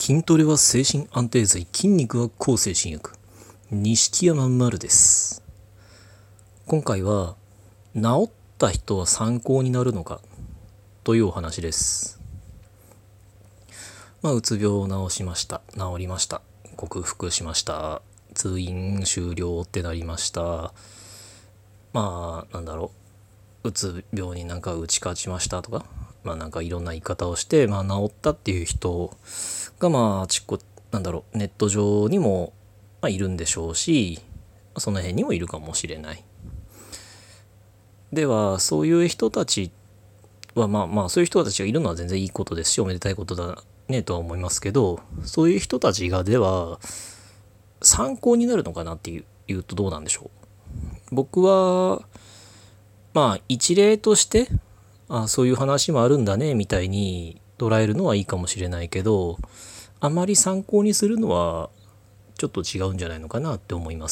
筋トレは精神安定剤、筋肉は抗精神薬。錦山丸です。今回は治った人は参考になるのかというお話です。うつ病を治しました。治りました。克服しました。通院終了ってなりました。うつ病に打ち勝ちましたとか、いろんな言い方をして、治ったっていう人がネット上にもいるんでしょうし、その辺にもいるかもしれない。ではそういう人たちはそういう人たちがいるのは全然いいことですし、おめでたいことだねとは思いますけど、そういう人たちがでは参考になるのかなっていうとどうなんでしょう。僕は一例としてそういう話もあるんだねみたいに捉えるのはいいかもしれないけど、あまり参考にするのはちょっと違うんじゃないのかなって思います。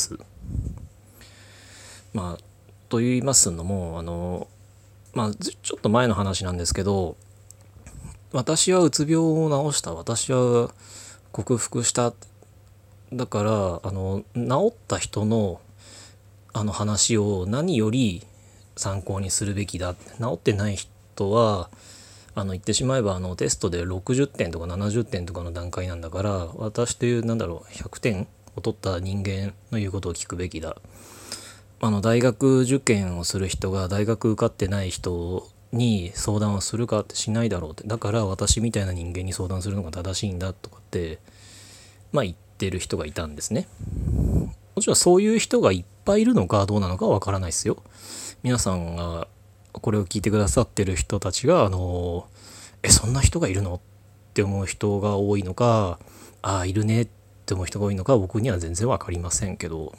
と言いますのもちょっと前の話なんですけど、私はうつ病を治した、私は克服した、だから治った人の話を何より参考にするべきだ。治ってない人は言ってしまえばテストで60点とか70点とかの段階なんだから、私という100点を取った人間の言うことを聞くべきだ。大学受験をする人が大学受かってない人に相談をするかってしないだろうって、だから私みたいな人間に相談するのが正しいんだとかって言ってる人がいたんですね。もちろんそういう人がいっぱいいるのかどうなのかはわからないですよ。皆さんがこれを聞いてくださってる人たちがそんな人がいるのって思う人が多いのか、いるねって思う人が多いのか、僕には全然わかりませんけど、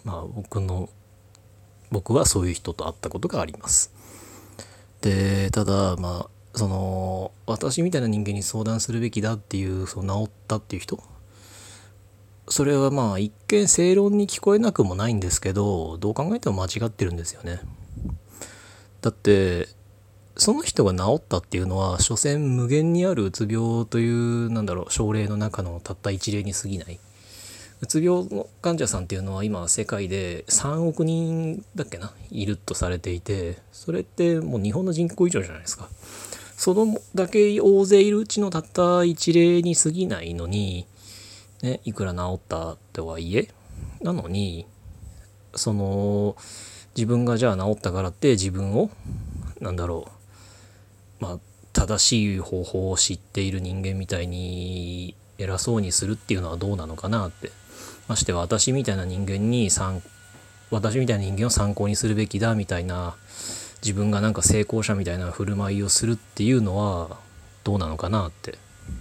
僕はそういう人と会ったことがあります。でただ私みたいな人間に相談するべきだっていう、治ったっていう人、それは一見正論に聞こえなくもないんですけど、どう考えても間違ってるんですよね。だってその人が治ったっていうのは所詮無限にあるうつ病という症例の中のたった一例に過ぎない。うつ病の患者さんっていうのは今世界で3億人だっけいるとされていて、それってもう日本の人口以上じゃないですか。そのだけ大勢いるうちのたった一例に過ぎないのに、いくら治ったとはいえ、なのに自分がじゃあ治ったからって自分を正しい方法を知っている人間みたいに偉そうにするっていうのはどうなのかなって。ましては私みたいな人間を参考にするべきだみたいな、自分が成功者みたいな振る舞いをするっていうのはどうなのかなって。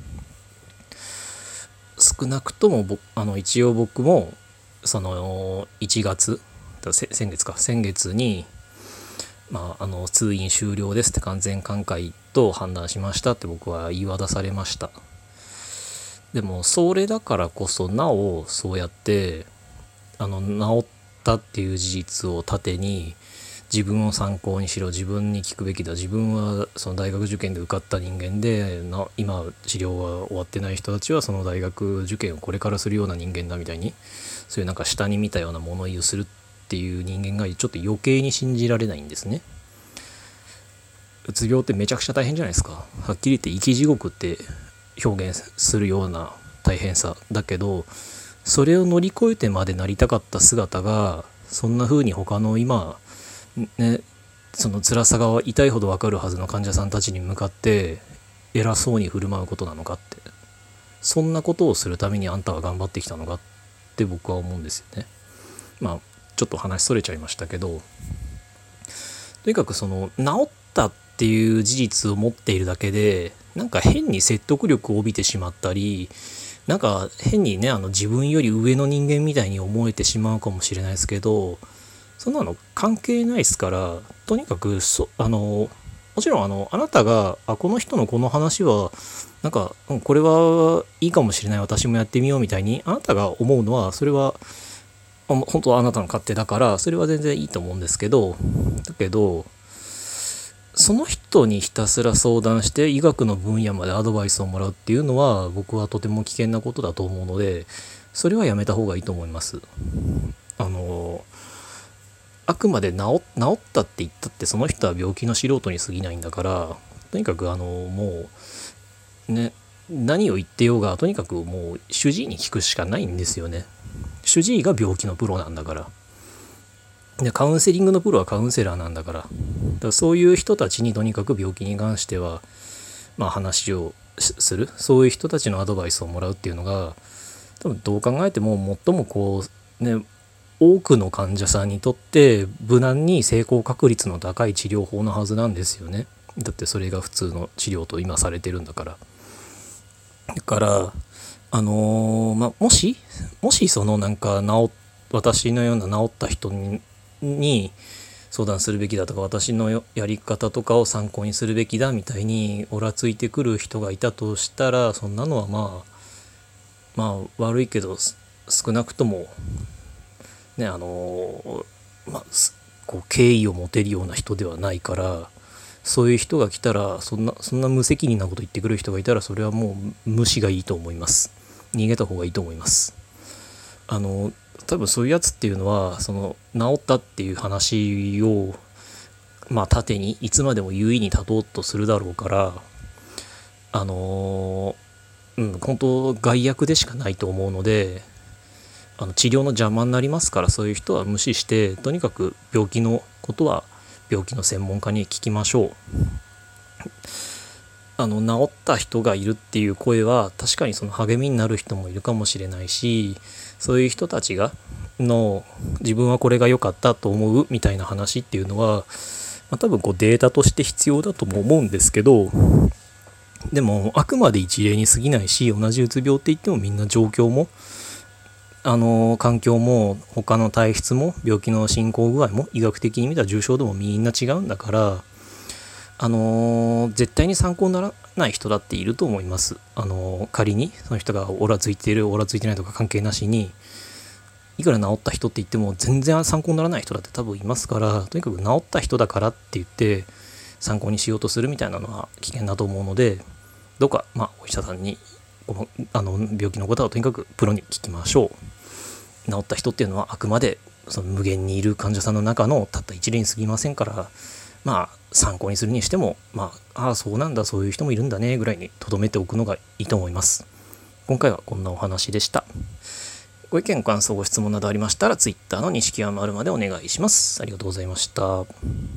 少なくとも一応僕も1月先月に通院終了ですって完全寛解と判断しましたって僕は言い渡されました。でもそれだからこそなおそうやって治ったっていう事実を盾に自分を参考にしろ、自分に聞くべきだ、自分はその大学受験で受かった人間で今治療が終わってない人たちはその大学受験をこれからするような人間だみたいに、そういう下に見たような物言いをするっていう人間がちょっと余計に信じられないんですね。うつ病ってめちゃくちゃ大変じゃないですか。はっきり言って生き地獄って表現するような大変さだけど、それを乗り越えてまでなりたかった姿がそんな風に他のその辛さが痛いほど分かるはずの患者さんたちに向かって偉そうに振る舞うことなのかって、そんなことをするためにあんたは頑張ってきたのかって僕は思うんですよね。ちょっと話それちゃいましたけど、とにかく治ったっていう事実を持っているだけで変に説得力を帯びてしまったり、変に自分より上の人間みたいに思えてしまうかもしれないですけど、そんなの関係ないですから、とにかくもちろんあなたがこの人のこの話はこれはいいかもしれない、私もやってみようみたいにあなたが思うのは、それは本当はあなたの勝手だから、それは全然いいと思うんですけど、だけどその人にひたすら相談して医学の分野までアドバイスをもらうっていうのは僕はとても危険なことだと思うので、それはやめた方がいいと思います。あのあくまで治ったって言ったってその人は病気の素人に過ぎないんだから、とにかくもうね、何を言ってようがとにかくもう主治医に聞くしかないんですよね。主治医が病気のプロなんだから。でカウンセリングのプロはカウンセラーなんだから、そういう人たちにとにかく病気に関しては、話をする、そういう人たちのアドバイスをもらうっていうのが多分どう考えても最も多くの患者さんにとって無難に成功確率の高い治療法のはずなんですよね。だってそれが普通の治療と今されてるんだから。だからもしその私のような治った人に相談するべきだとか、私のやり方とかを参考にするべきだみたいにオラついてくる人がいたとしたら、そんなのは悪いけど少なくともね、敬意を持てるような人ではないから、そういう人が来たら、そんな無責任なこと言ってくる人がいたら、それはもう無視がいいと思います。逃げた方がいいと思います。多分そういうやつっていうのは、その治ったっていう話を盾にいつまでも優位に立とうとするだろうから、本当害悪でしかないと思うので、治療の邪魔になりますから、そういう人は無視して、とにかく病気のことは病気の専門家に聞きましょう。治った人がいるっていう声は確かにその励みになる人もいるかもしれないし、そういう人たちが自分はこれが良かったと思うみたいな話っていうのは、多分データとして必要だとも思うんですけど、でもあくまで一例に過ぎないし、同じうつ病って言ってもみんな状況も環境も他の体質も病気の進行具合も医学的に見た重症度もみんな違うんだから、絶対に参考にならない人だっていると思います。仮にその人がオラついてるオラついてないとか関係なしに、いくら治った人って言っても全然参考にならない人だって多分いますから、とにかく治った人だからって言って参考にしようとするみたいなのは危険だと思うので、どうかお医者さんに病気のことはとにかくプロに聞きましょう。治った人っていうのはあくまでその無限にいる患者さんの中のたった一例に過ぎませんから、参考にするにしてもそうなんだ、そういう人もいるんだねぐらいに留めておくのがいいと思います。今回はこんなお話でした。ご意見ご感想ご質問などありましたら Twitter の錦山丸までお願いします。ありがとうございました。